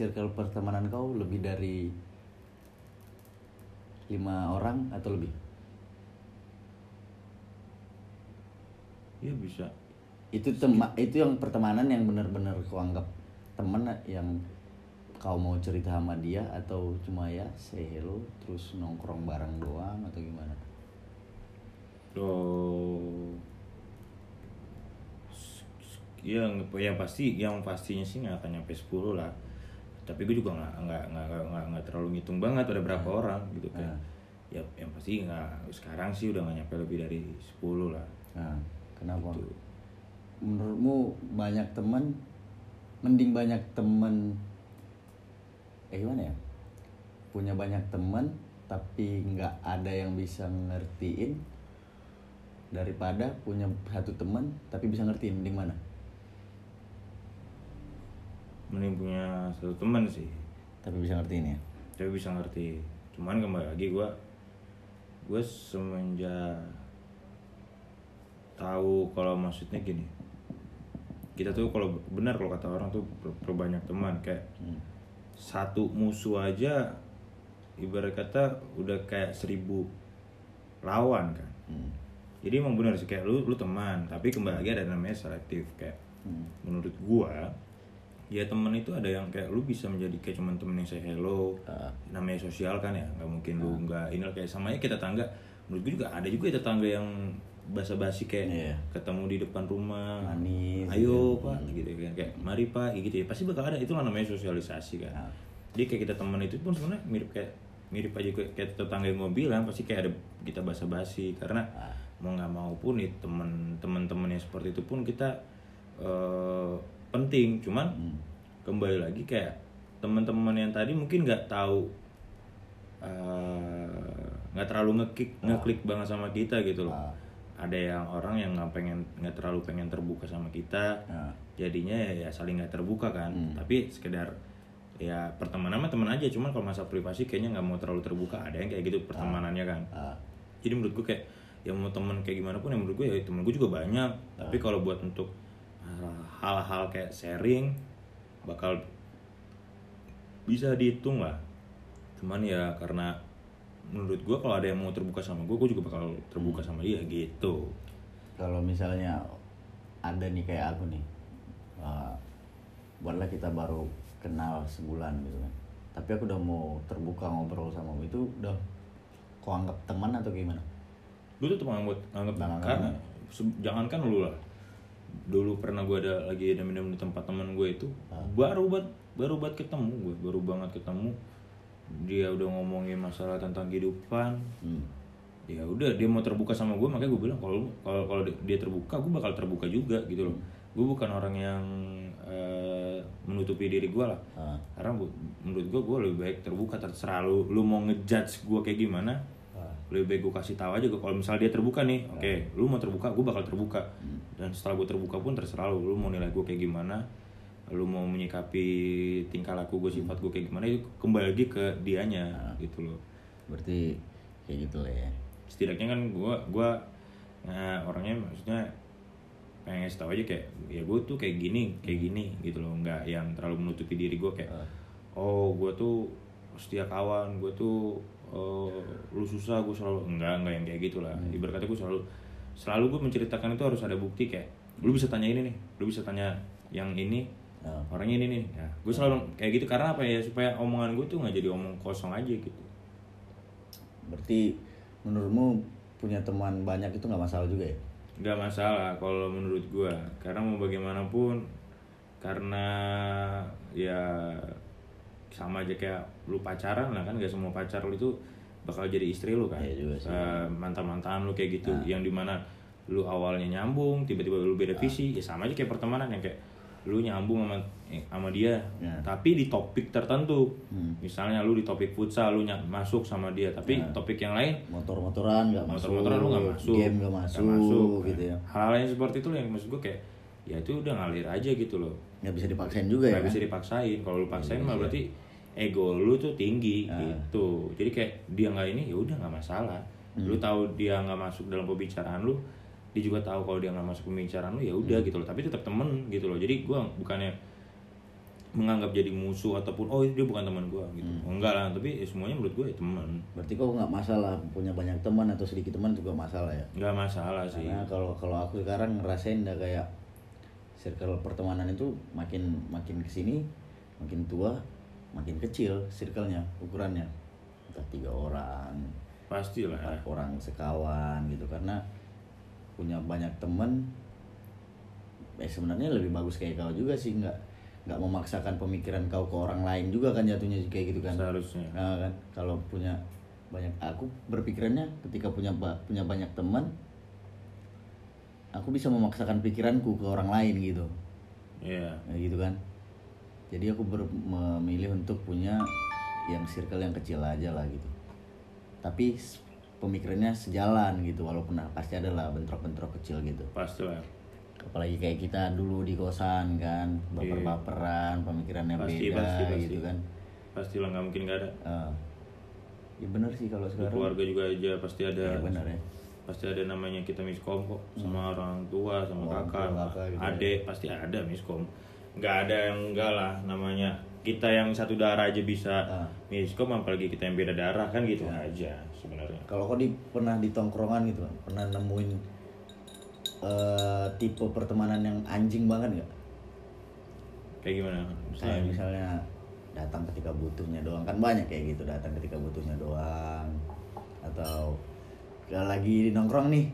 circle pertemanan kau lebih dari 5 orang atau lebih? Ya bisa. Itu yang pertemanan yang benar-benar kau anggap teman, yang kau mau cerita sama dia, atau cuma ya say hello terus nongkrong bareng doang atau gimana? Oh, yang pastinya sih nggak akan nyampe 10 lah. Tapi gue juga nggak terlalu ngitung banget ada berapa orang gitu kan. Ya yang pasti nggak, sekarang sih udah nggak nyampe lebih dari 10 lah. Nah, kenapa? Gitu. Menurutmu banyak teman, mending banyak teman, gimana ya? Punya banyak teman tapi nggak ada yang bisa ngertiin, daripada punya satu teman tapi bisa ngertiin, mending mana? Mending punya satu teman sih. Tapi bisa ngertiin ya? Tapi bisa ngerti. Cuman kembali lagi gue semenjak tahu kalau maksudnya gini, kita tuh kalau benar kalau kata orang tuh perbanyak teman, kayak satu musuh aja ibarat kata udah kayak 1000 lawan kan. Jadi emang benar sih, kayak lu teman, tapi kembali lagi ada namanya selektif. Kayak menurut gua ya teman itu ada yang kayak lu bisa menjadi kayak cuman temen yang say hello, namanya sosial kan ya, nggak mungkin lu nggak ini kayak sama ya kayak tetangga. Menurut gua juga ada juga tetangga yang basa-basi kayak ketemu di depan rumah, manis, ayo pak gitu kan, kayak mari pak gitu ya, pasti bakal ada. Itulah namanya sosialisasi kan. Jadi kayak kita teman itu pun sebenarnya mirip aja kayak tetangga yang gue bilang, pasti kayak ada kita basa-basi karena mau nggak mau pun nih teman-teman yang seperti itu pun kita penting. Cuman kembali lagi kayak teman-teman yang tadi mungkin nggak tahu, nggak terlalu ngeklik banget sama kita gitu loh. Ada yang orang yang nggak terlalu pengen terbuka sama kita, jadinya ya saling nggak terbuka kan. Tapi sekedar ya pertemanan mah teman aja, cuman kalau masa privasi kayaknya nggak mau terlalu terbuka. Ada yang kayak gitu pertemanannya kan. Jadi menurut gue kayak yang mau temen kayak gimana pun, yang menurut gue ya temen gue juga banyak. Tapi kalau buat untuk hal-hal kayak sharing bakal bisa dihitung lah. Cuman ya karena menurut gue kalau ada yang mau terbuka sama gue juga bakal terbuka sama dia gitu. Kalau misalnya ada nih kayak aku nih, buatlah kita baru kenal sebulan gitu kan, tapi aku udah mau terbuka ngobrol sama kamu, itu udah kau anggap teman atau gimana? Gue tuh anggap karena jangankan lu lah, dulu pernah gue lagi ada minum di tempat teman gue itu, baru banget ketemu, gue baru banget ketemu, dia udah ngomongin masalah tentang kehidupan. Ya udah, dia mau terbuka sama gue, makanya gue bilang kalau dia terbuka, gue bakal terbuka juga gitu loh. Gue bukan orang yang menutupi diri gue lah. Karena menurut gue lebih baik terbuka. Terserah lu mau ngejudge gue kayak gimana, lebih baik gue kasih tahu aja. Kalau misalnya dia terbuka nih, oke, lu mau terbuka, gue bakal terbuka. Dan setelah gue terbuka pun terserah lu mau nilai gue kayak gimana, lu mau menyikapi tingkah laku gue, sifat gue kayak gimana, itu kembali lagi ke dianya gitu loh. Berarti kayak gitu lah ya. Setidaknya kan gue orangnya maksudnya pengen ngasih tahu aja kayak ya gue tuh kayak gini gitu loh, nggak yang terlalu menutupi diri gue kayak oh gue tuh setia kawan, gue tuh lu susah gue selalu, enggak yang kayak gitulah. Ibarat kata gue selalu gue menceritakan itu harus ada bukti. Kayak lu bisa tanya ini nih, lu bisa tanya yang ini, orangnya ini nih. Nah, gue selalu kayak gitu karena apa ya, supaya omongan gue tuh nggak jadi omong kosong aja gitu. Berarti menurutmu punya teman banyak itu nggak masalah juga ya? Nggak masalah kalau menurut gue, karena mau bagaimanapun, karena ya sama aja kayak lu pacaran lah kan, nggak semua pacar lu itu bakal jadi istri lu kan. Mantan-mantan lu kayak gitu, yang dimana lu awalnya nyambung, tiba-tiba lu beda visi, ya sama aja kayak pertemanan yang kayak lu nyambung sama dia, tapi di topik tertentu. Misalnya lu di topik futsal lu masuk sama dia, tapi topik yang lain motor-motoran nggak masuk, motor-motoran lu nggak masuk, game nggak masuk gitu ya. Hal-hal yang seperti itu yang maksud gue kayak ya itu udah ngalir aja gitu loh, nggak bisa dipaksain juga ya. Nggak bisa dipaksain. Kalau lu paksain mah berarti ego lu tuh tinggi gitu. Jadi kayak dia nggak ini, ya udah nggak masalah. Lu tahu dia nggak masuk dalam pembicaraan lu, dia juga tahu kalau dia nggak masuk pembicaraan lu, ya udah gitu loh. Tapi tetap temen gitu loh. Jadi gue bukannya menganggap jadi musuh ataupun oh dia bukan teman gue gitu. Enggak lah, tapi semuanya menurut gue ya teman. Berarti kau nggak masalah punya banyak teman atau sedikit teman juga masalah ya? Nggak masalah sih. Karena kalau aku sekarang ngerasain udah kayak circle pertemanan itu makin kesini makin tua makin kecil circle-nya, ukurannya entah 3 orang, Pastilah. 4 orang sekawan gitu. Karena punya banyak teman sebenarnya lebih bagus kayak kau juga sih, nggak memaksakan pemikiran kau ke orang lain juga kan jatuhnya kayak gitu kan. Seharusnya. Nah, kan kalau punya banyak, aku berpikirannya ketika punya banyak teman aku bisa memaksakan pikiranku ke orang lain gitu. Iya. Nah, gitu kan. Jadi aku memilih untuk punya yang circle yang kecil aja lah gitu. Tapi pemikirannya sejalan gitu, walaupun pasti ada lah bentrok-bentrok kecil gitu. Pastilah. Apalagi kayak kita dulu di kosan kan, baper-baperan, pemikirannya beda gitu kan. Pastilah, nggak mungkin nggak ada. Ya benar sih kalau Di sekarang. keluarga juga aja pasti ada. Ya benar ya. Pasti ada namanya kita miskom kok sama orang tua, sama kakak, gitu adik pasti ada miskom. Nggak ada yang enggak lah, namanya kita yang satu darah aja bisa miskom, apalagi kita yang beda darah kan gitu aja sebenarnya. Kalau kau pernah di tongkrongan gitu kan, pernah nemuin tipe pertemanan yang anjing banget nggak? Kayak gimana? Kayak misalnya datang ketika butuhnya doang, kan banyak kayak gitu, datang ketika butuhnya doang. Atau lagi nongkrong nih,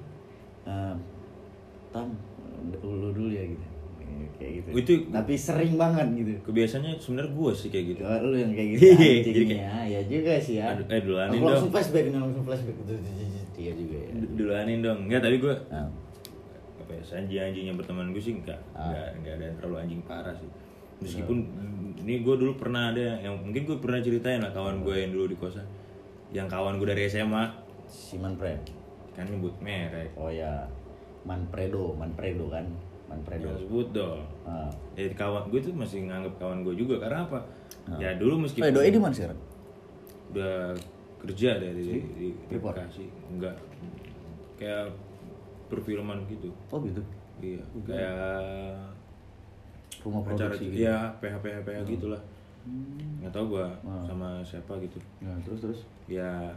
Tam dulu ya gitu, kayak gitu. Itu tapi sering banget gitu. kebiasaannya sebenarnya gue sih kayak gitu. Lu yang kayak gitu anjingnya, ya juga sih ya. Duluanin Aku dong. langsung flashback gitu. Iya juga ya. Duluanin dong. Enggak, tapi gue apa ya, anjing-anjingnya berteman gue sih enggak ada yang terlalu anjing parah sih. Meskipun ini gue dulu pernah ada yang mungkin gue pernah ceritain lah, kawan gue yang dulu di kosan, yang kawan gue dari SMA, Si Manfred. kan nyebut merek. Oh ya, Manfredo kan, Manfredo. Yang sebut dong. Jadi kawan gue tuh masih nganggap kawan gue juga, karena apa? Ya dulu meskipun Fredo di mana sekarang? udah kerja di Bekasi, enggak kayak perfilman gitu. Oh gitu. Iya, kayak Rumah acara produksi gitu. Ya, PH gitulah. Nggak tahu gua sama siapa gitu. Nah, terus. Ya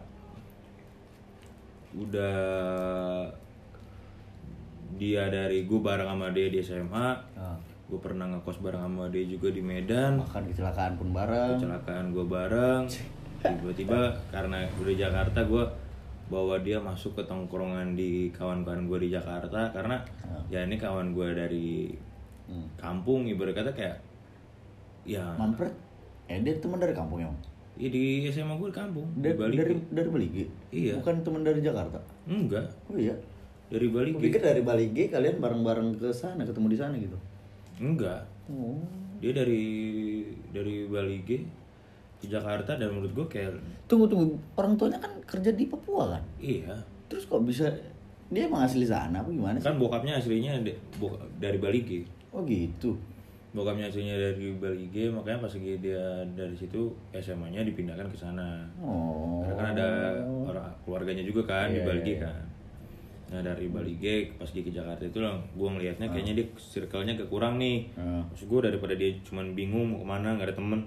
udah dia dari gue bareng sama dia di SMA. Gue pernah ngekos bareng sama dia juga di Medan. Bahkan kecelakaan pun bareng. Kecelakaan gue bareng. Tiba-tiba karena udah Jakarta, gue bawa dia masuk ke tongkrongan di kawan-kawan gue di Jakarta, karena ya ini kawan gue dari kampung, ibarat kata kayak ya. Manfred, dia teman dari kampung ya? Iya, di SMA gue di kampung. Dari Balige? Iya. Bukan teman dari Jakarta? Enggak. Oh iya. Dari Bali. Gue pikir dari Balige kalian bareng-bareng ke sana, ketemu di sana gitu. Enggak. Oh. Dia dari Bali ke Jakarta, dan menurut gue kayak Tunggu, orang tuanya kan kerja di Papua kan? iya. Terus kok bisa dia emang asli sana apa gimana sih? Kan bokapnya aslinya dari Bali ke. Oh gitu. Bokapnya aslinya dari Bali, makanya pas lagi dia dari situ SMA-nya dipindahkan ke sana. Oh. Karena kan ada orang keluarganya juga kan di Bali iya. kan. Nah dari Bali pas dia ke Jakarta itu lah, gue ngelihatnya kayaknya dia circle-nya kekurang nih. Maksud gue daripada dia cuman bingung mau kemana, nggak ada temen.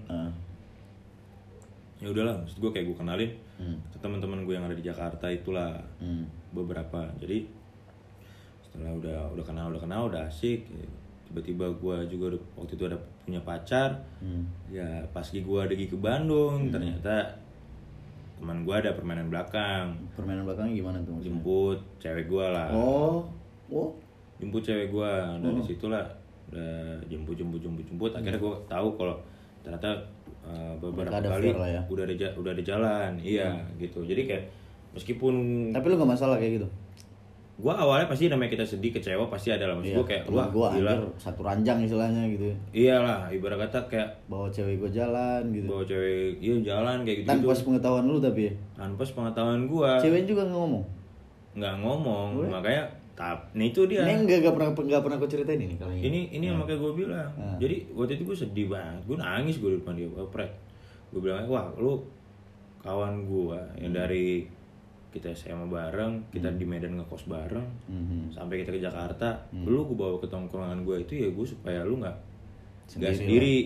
Ya udahlah, maksud gue kayak gue kenalin ke teman-teman gue yang ada di Jakarta itulah beberapa. Jadi setelah udah kenal udah asik. Tiba-tiba gue juga waktu itu ada punya pacar. Ya pas gue lagi ke Bandung, ternyata teman gue ada permainan belakang. Permainan belakangnya gimana tuh? Jemput cewek gue lah. Oh. Jemput cewek gue, dari situlah udah jemput. Akhirnya gue tahu kalau ternyata beberapa kali ya? udah ada jalan. Iya gitu. Jadi kayak meskipun Tapi lu gak masalah kayak gitu? gue awalnya pasti namanya kita sedih, kecewa pasti ada lah. Maksud gue kayak wah gila, anjir, satu ranjang istilahnya gitu. Iyalah, ibarat kata kayak bawa cewek gue jalan gitu. Bawa cewek jalan kayak gitu. Tanpa sepengetahuan lu tapi ya? Tanpa sepengetahuan gue. Cewek juga ngomong? Nggak ngomong, makanya nah itu dia. Ini nggak pernah aku ceritain ini kali ini. Ini yang makanya gue bilang. Jadi waktu itu gue sedih banget, gue nangis gue di depan dia. Gue bilang, wah lu kawan gue yang dari kita SMA bareng, kita di Medan ngekos bareng, sampai kita ke Jakarta, lu gue bawa ke tongkrongan gue itu ya gue supaya lu nggak sendiri.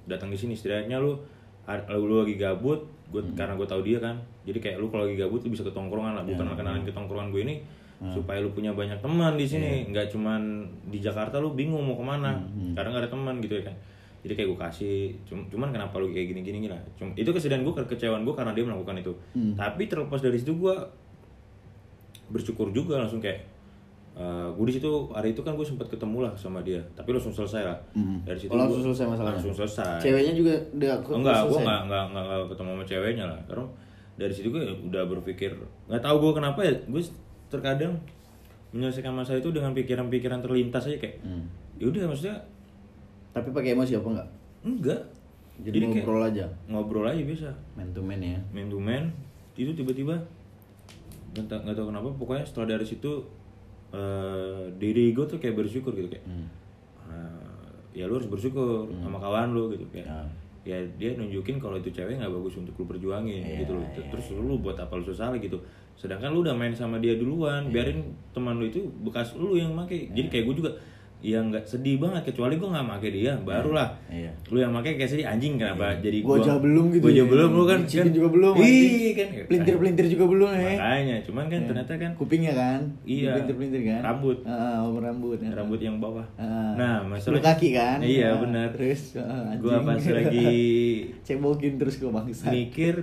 datang di sini, setidaknya lu lagi gabut, karena gue tahu dia kan, jadi kayak lu kalau lagi gabut lu bisa ke tongkrongan lah, bukan kenalin ke tongkrongan gue ini supaya lu punya banyak teman di sini, nggak cuman di Jakarta lu bingung mau kemana karena nggak ada teman gitu ya kan. Jadi kayak gue kasih, cuman kenapa lu kayak gini lah. Itu kesedihan gue, kekecewaan gue karena dia melakukan itu. Tapi terlepas dari situ gue bersyukur juga, langsung kayak gue di situ hari itu kan gue sempat ketemu lah sama dia, tapi langsung selesai lah. Dari situ langsung selesai masalahnya. Langsung selesai. Ceweknya juga udah enggak, gue nggak ketemu sama ceweknya lah. Karena dari situ gue udah berpikir, nggak tahu gue kenapa ya, gue terkadang menyelesaikan masalah itu dengan pikiran-pikiran terlintas aja kayak, ya udah maksudnya. Tapi pakai emosi apa enggak? Enggak. Jadi ngobrol aja. Ngobrol aja bisa. Man to man ya. Man to man. Itu tiba-tiba nggak tahu kenapa, pokoknya setelah dari situ diri gue tuh kayak bersyukur gitu kayak. Ya lu harus bersyukur sama kawan lu gitu kayak. Ya dia nunjukin kalau itu cewek nggak bagus untuk lu perjuangin gitu loh. Terus lu buat apa lu sesali gitu. Sedangkan lu udah main sama dia duluan, biarin teman lu itu bekas lu yang make. Jadi kayak gue juga ya nggak sedih banget, kecuali gue nggak make dia, barulah lu yang make kayak sedih, anjing kenapa jadi gue aja belum gitu, gue aja belum, lu kan juga belum, kan pelintir juga belum makanya, cuman kan ternyata kan kupingnya kan, iya, pelintir kan, rambut rambut yang bawah, nah masalah kaki kan, iya benar, terus gue pas lagi cebokin terus gue bangsa, mikir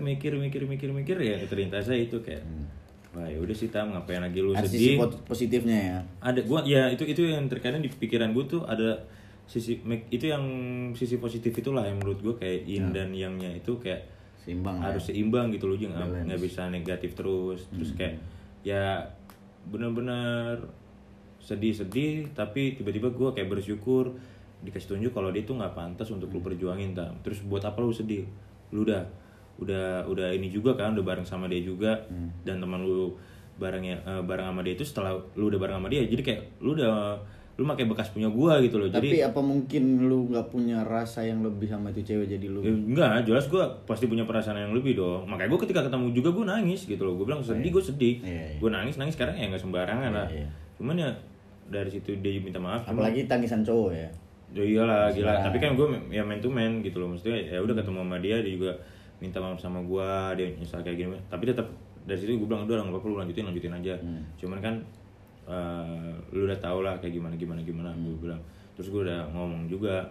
ya terlintas aja itu kayak wah ya udah sih Tam, ngapain lagi lu sedih? Sisi positifnya ya. Ada gua ya itu yang terkadang di pikiran gua tuh ada sisi itu yang sisi positif itulah yang menurut gua kayak yin dan yang-nya itu kayak seimbang, harus seimbang gitu loh, nggak bisa negatif terus kayak ya benar-benar sedih tapi tiba-tiba gua kayak bersyukur dikasih tunjuk kalau dia tuh nggak pantas untuk lu perjuangin Tam. Terus buat apa lu sedih? Lu udah ini juga kan, udah bareng sama dia juga, dan teman lu bareng sama dia itu setelah lu udah bareng sama dia, jadi kayak lu pakai bekas punya gua gitu loh. Tapi jadi apa mungkin lu nggak punya rasa yang lebih sama itu cewek jadi lu? Enggak, jelas gua pasti punya perasaan yang lebih dong. Makanya gua ketika ketemu juga gua nangis gitu loh. Gua bilang sedih, gua sedih. Gua nangis sekarang ya nggak sembarangan lah. Cuman ya dari situ dia minta maaf. Apalagi tangisan cowok ya. Ya iyalah, gila. Tapi kan gua ya man to man gitu loh. Maksudnya ya udah ketemu sama dia juga minta maaf sama gua, dia nyesal kayak gini, tapi tetap dari situ gua bilang udah nggak apa-apa, lu lanjutin aja. Cuman kan lu udah tau lah kayak gimana gua bilang. Terus gua udah ngomong juga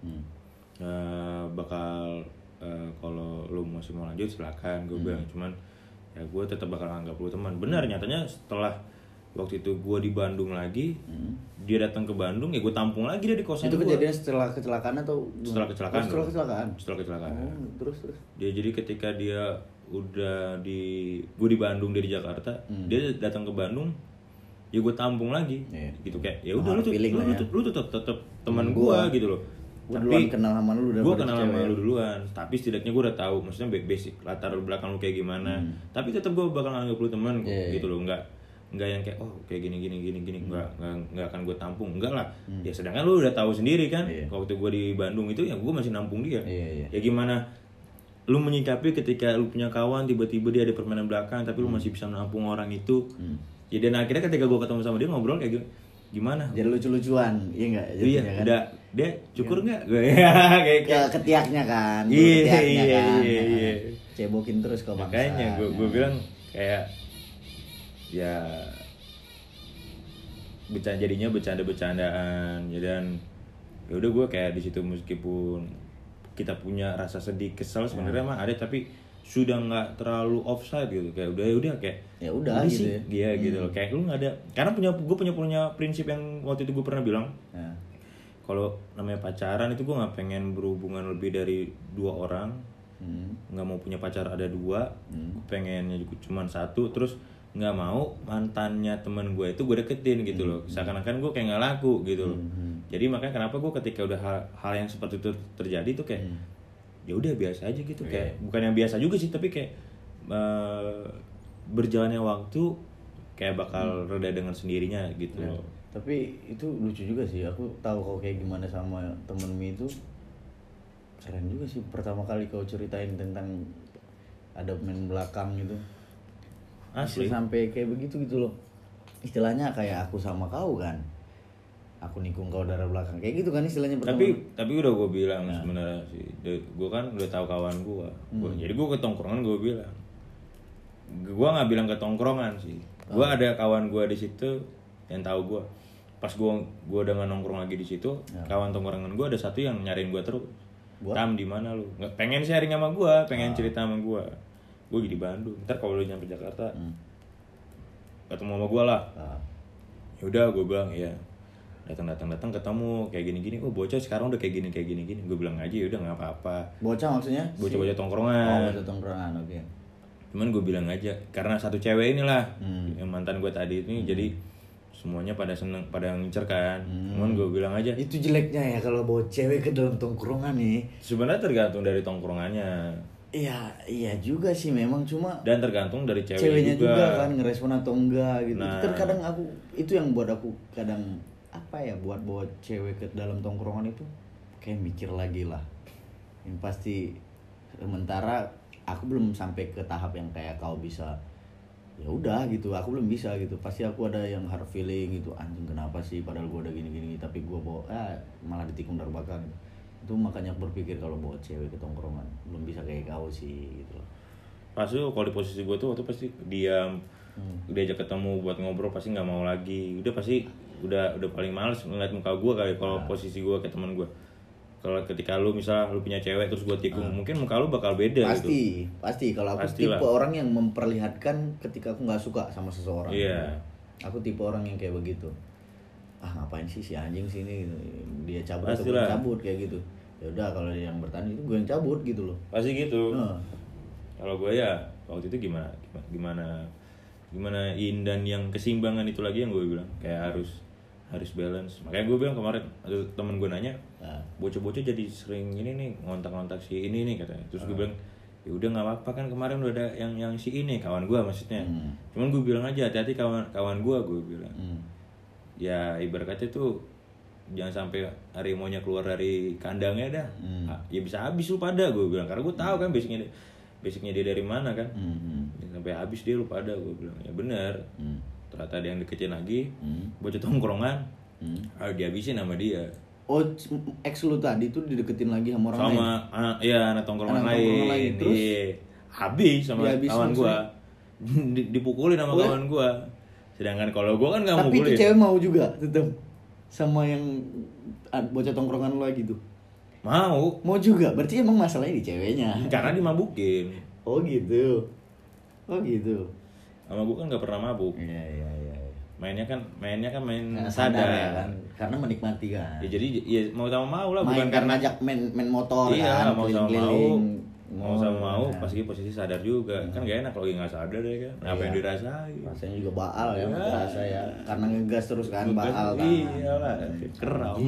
bakal kalau lu masih mau lanjut silakan, gua bilang. Cuman ya gua tetap bakal anggap lu teman. Benar, nyatanya setelah waktu itu gue di Bandung lagi, dia datang ke Bandung, ya gue tampung lagi dia di kosan. Itu kejadian setelah kecelakaan atau? Setelah kecelakaan. Setelah kecelakaan. Terus. Dia jadi ketika dia udah gue di Bandung, dia di Jakarta, dia datang ke Bandung, ya gue tampung lagi, gitu kayak ya udah lu tetap teman gue gitu loh. Tapi kenal sama lu, gue kenal sama lu duluan, tapi setidaknya gue udah tahu, maksudnya basic latar belakang lu kayak gimana. Tapi tetap gue bakal anggap lu teman gitu loh, nggak yang kayak kayak gini nggak akan gue tampung, enggak lah. Ya sedangkan lu udah tahu sendiri kan, waktu gue di Bandung itu ya gue masih nampung dia. Ya gimana lu menyikapi ketika lu punya kawan tiba-tiba dia ada permainan belakang tapi lu masih bisa nampung orang itu. Ya dan akhirnya ketika gue ketemu sama dia ngobrol kayak gimana, jadi lucu-lucuan, iya nggak? Iya kan? Udah dia cukur nggak gue kayak ketiaknya kan, iya cebokin terus kok bangsa. Makanya gue bilang kayak ya jadinya bercandaan ya, dan ya udah gue kayak di situ meskipun kita punya rasa sedih kesel sebenarnya mah ada, tapi sudah nggak terlalu offside gitu, kayak udah kayak ya udah gitu ya. Gitu loh, kayak lu nggak ada, karena gue punya prinsip yang waktu itu gue pernah bilang kalau namanya pacaran itu gue nggak pengen berhubungan lebih dari 2 orang, nggak mau punya pacar ada 2, gue pengennya cuma 1, terus nggak mau mantannya teman gue itu gue deketin gitu loh, seakan-akan gue kayak nggak laku gitu loh. Jadi makanya kenapa gue ketika udah hal yang seperti itu terjadi tuh kayak ya udah biasa aja gitu, kayak bukan yang biasa juga sih, tapi kayak berjalannya waktu kayak bakal reda dengan sendirinya gitu loh. Tapi itu lucu juga sih, aku tahu kau kayak gimana sama temenmu itu, keren juga sih. Pertama kali kau ceritain tentang ada main belakang gitu, asli sampai kayak begitu gitu loh. Istilahnya kayak aku sama kau kan, aku nikung kau dari belakang kayak gitu kan istilahnya tapi udah gue bilang sebenarnya sih, gue kan udah tahu kawan gue. Jadi gue ke tongkrongan gue bilang, gue nggak bilang ke tongkrongan sih, gue ada kawan gue di situ yang tahu gue. Pas gue udah nggak nongkrong lagi di situ, kawan tongkrongan gue ada satu yang nyariin gue terus. Tam di mana lu? Nggak pengen sharing sama gue, pengen cerita sama gue. Gue di Bandung. Ntar kalau lu nyampe Jakarta, ketemu sama gue lah. Ya udah gue bilang iya. Datang ketemu kayak gini-gini. Oh bocah sekarang udah kayak gini. Gue bilang aja ya udah nggak apa-apa. Bocah maksudnya? Bocah tongkrongan. Bocah tongkrongan, oke. Cuman gue bilang aja karena satu cewek inilah yang mantan gue tadi ini, jadi semuanya pada seneng, pada ngincer kan. Cuman gue bilang aja itu jeleknya ya kalau bawa cewek ke dalam tongkrongan nih. Sebenarnya tergantung dari tongkrongannya. Iya juga sih memang, cuma dan tergantung dari ceweknya juga kan ngerespon atau enggak gitu. Nah, itu kadang itu yang buat aku kadang apa ya, buat bawa cewek ke dalam tongkrongan itu kayak mikir lagi lah. Yang pasti sementara aku belum sampai ke tahap yang kayak kau bisa ya udah gitu, aku belum bisa gitu. Pasti aku ada yang hard feeling gitu, anjing kenapa sih padahal gue udah gini tapi gue bawa malah ditikung dari belakang. Itu makanya aku berpikir kalau bawa cewek ke tongkrongan belum bisa kayak kau sih gitu. Pas tuh kalau di posisi gue tuh waktu pasti diam, diajak ketemu buat ngobrol pasti nggak mau lagi. Udah pasti udah paling males ngeliat muka gue kali kalau posisi gue ke teman gue. Kalau ketika lu misal lu punya cewek terus gue tikung, mungkin muka lu bakal beda pasti, gitu. Pasti kalau aku Pastilah. tipe orang yang memperlihatkan ketika aku nggak suka sama seseorang. Iya. Aku tipe orang yang kayak begitu. Ngapain sih si anjing sini gitu. Dia cabut atau Pastilah. gue cabut kayak gitu. Ya udah kalau dia yang bertanya itu gue yang cabut gitu loh. Pasti gitu. Kalau gue ya waktu itu gimana dan yang keseimbangan itu lagi yang gue bilang kayak harus balance. Makanya gue bilang kemarin ada temen gue nanya, bocah-bocah jadi sering ini nih ngontak-ngontak si ini nih katanya. Terus gue bilang ya udah nggak apa-apa kan, kemarin udah ada yang si ini kawan gue maksudnya. Cuman gue bilang aja hati-hati kawan gue bilang. Ya ibaratnya tuh jangan sampai harimaunya keluar dari kandangnya dah. Ya bisa habis lu pada, gue bilang, karena gue tahu kan basicnya dia dari mana kan. Sampai habis dia lu pada, gue bilang. Ya benar. Ternyata ada yang deketin lagi, bocah tongkrongan, dihabisin sama dia. Oh, ex lu tadi tuh dideketin lagi sama orang lain? Iya, anak tongkrongan lain. Terus habis sama kawan gua. Dipukulin sama kawan gua. Sedangkan kalau gua kan enggak mukulin. Tapi itu cewek mau juga tetap sama yang bocah tongkrongan lu lagi tuh. Mau juga. Berarti emang masalahnya di ceweknya. Karena dimabukin. Oh gitu. Sama gua kan enggak pernah mabuk. Iya. Mainnya kan main sadar ya kan, karena menikmati kan. Ya jadi ya mau sama mau lah, bukan karena ajak main motor kan, mau sama mau Nah. pasti posisi sadar juga. Kan gak enak kalau nggak sadar ya kan. Apa yang dirasain? Rasanya juga baal ya, terasa ya. Karena ngegas terus kan, baal kan. Iyalah, keram.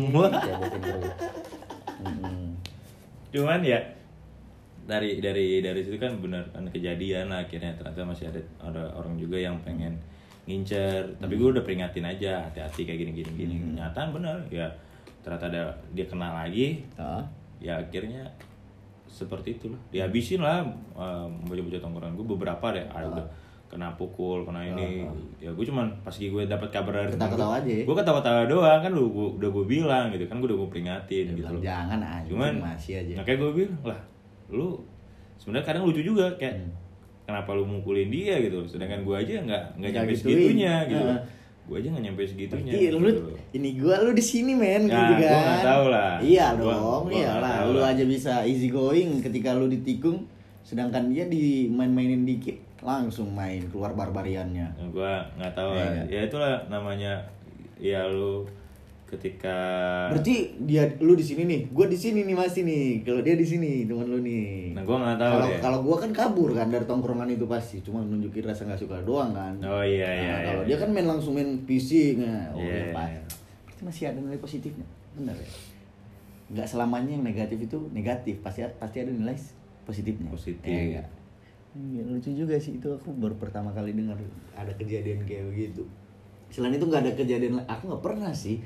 Cuman ya dari situ kan benar kan kejadian lah, akhirnya ternyata masih ada orang juga yang pengen ngincer, tapi gue udah peringatin aja, hati-hati kayak gini. Kenyataan benar ya, ternyata dia kena lagi. Ya akhirnya seperti itulah, dihabisin lah bocah-bocah tongkrongan gue beberapa deh, ada udah kena pukul, kena ini. Ya gue cuman pas gue dapat kabar dari ketawa aja. Gue ketawa-tawa doang kan, udah gue bilang gitu kan, gue udah gue peringatin gitu loh. Jangan anjing, cuman masih aja. Makanya gue bilang lah, lu sebenarnya kadang lucu juga kayak kenapa lu mukulin dia gitu, sedangkan gue aja nggak nyampe segitunya gitu. Gue aja nggak nyampe segitunya. Berarti lu ini lu di sini men, nah, gitu kan? Gue nggak tahu lah. Iya dong, iyalah. Lu aja bisa easy going ketika lu ditikung, sedangkan dia dimain-mainin dikit langsung main keluar barbariannya. Gue nggak tahu lah. Ya itulah namanya ya lu ketika. Berarti lu di sini nih, gue di sini nih masih nih. Kalau dia di sini teman lu nih. Nah gue nggak tahu deh. Kalau gue kan kabur kan dari tongkrongan itu pasti, cuma nunjukin rasa nggak suka doang kan. Oh iya. Kalau dia kan main langsung main fisik, iya. Berarti masih ada nilai positifnya, benar ya? Nggak selamanya yang negatif itu negatif, pasti ada nilai positifnya. Positif. Lucu juga sih itu, aku baru pertama kali dengar ada kejadian kayak begitu. Selain itu nggak ada kejadian, aku nggak pernah sih.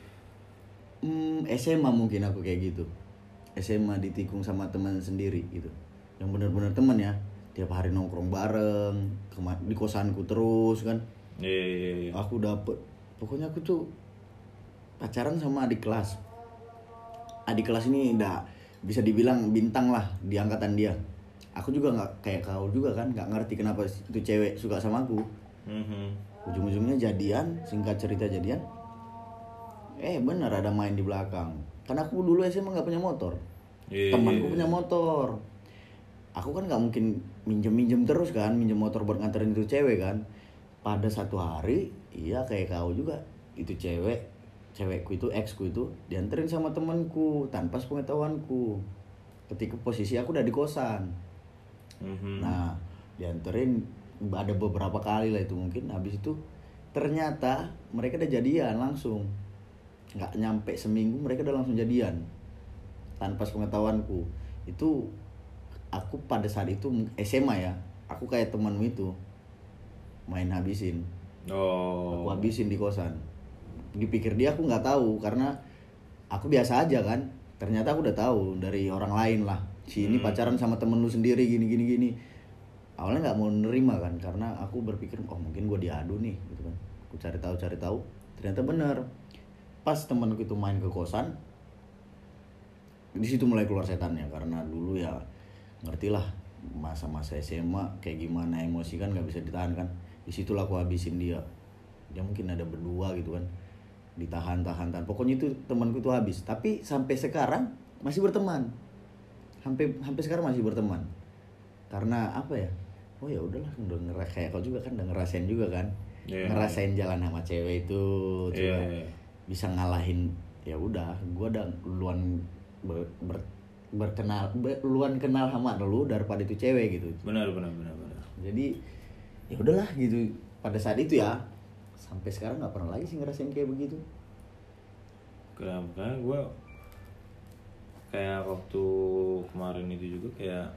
SMA mungkin aku kayak gitu. SMA ditikung sama teman sendiri gitu. Yang benar-benar teman ya. Tiap hari nongkrong bareng, di kosanku terus kan. Iya. Aku dapet, pokoknya aku tuh pacaran sama adik kelas. Adik kelas ini udah bisa dibilang bintang lah di angkatan dia. Aku juga nggak kayak kau juga kan, nggak ngerti kenapa itu cewek suka sama aku. Ujung-ujungnya jadian, singkat cerita jadian. Bener ada main di belakang. Karena aku dulu SMA nggak punya motor. Temanku punya motor. Aku kan nggak mungkin minjem terus kan, minjem motor buat nganterin itu cewek kan. Pada satu hari, iya kayak kau juga, itu cewekku itu, exku itu dianterin sama temanku tanpa sepengetahuanku. Ketika posisi aku udah di kosan. Nah, dianterin ada beberapa kali lah itu mungkin. Habis itu ternyata mereka udah jadian langsung. Nggak nyampe seminggu mereka udah langsung jadian tanpa sepengetahuanku. Itu aku pada saat itu SMA ya, aku kayak temanmu itu main habisin. Aku habisin di kosan. Dipikir dia aku nggak tahu karena aku biasa aja kan. Ternyata aku udah tahu dari orang lain lah. Si ini pacaran sama temen lu sendiri gini. Awalnya nggak mau nerima kan karena aku berpikir mungkin gue diadu nih gitu kan. Aku cari tahu. Ternyata bener. Pas temanku itu main ke kosan, di situ mulai keluar setannya karena dulu ya ngertilah masa-masa SMA kayak gimana, emosi kan nggak bisa ditahan kan. Disitulah aku habisin dia mungkin ada berdua gitu kan, ditahan pokoknya itu temanku itu habis. Tapi sampai sekarang masih berteman, sampai sekarang masih berteman karena apa ya, ya udahlah, udah kayak kau juga kan udah ngerasain juga kan, ngerasain jalan sama cewek itu coba bisa ngalahin. Ya udah, gua udah duluan duluan kenal sama lu daripada itu cewek gitu. Benar. Jadi ya udahlah gitu pada saat itu ya. Sampai sekarang nggak pernah lagi sih ngerasain kayak begitu. Kenapa? Gue kayak waktu kemarin itu juga kayak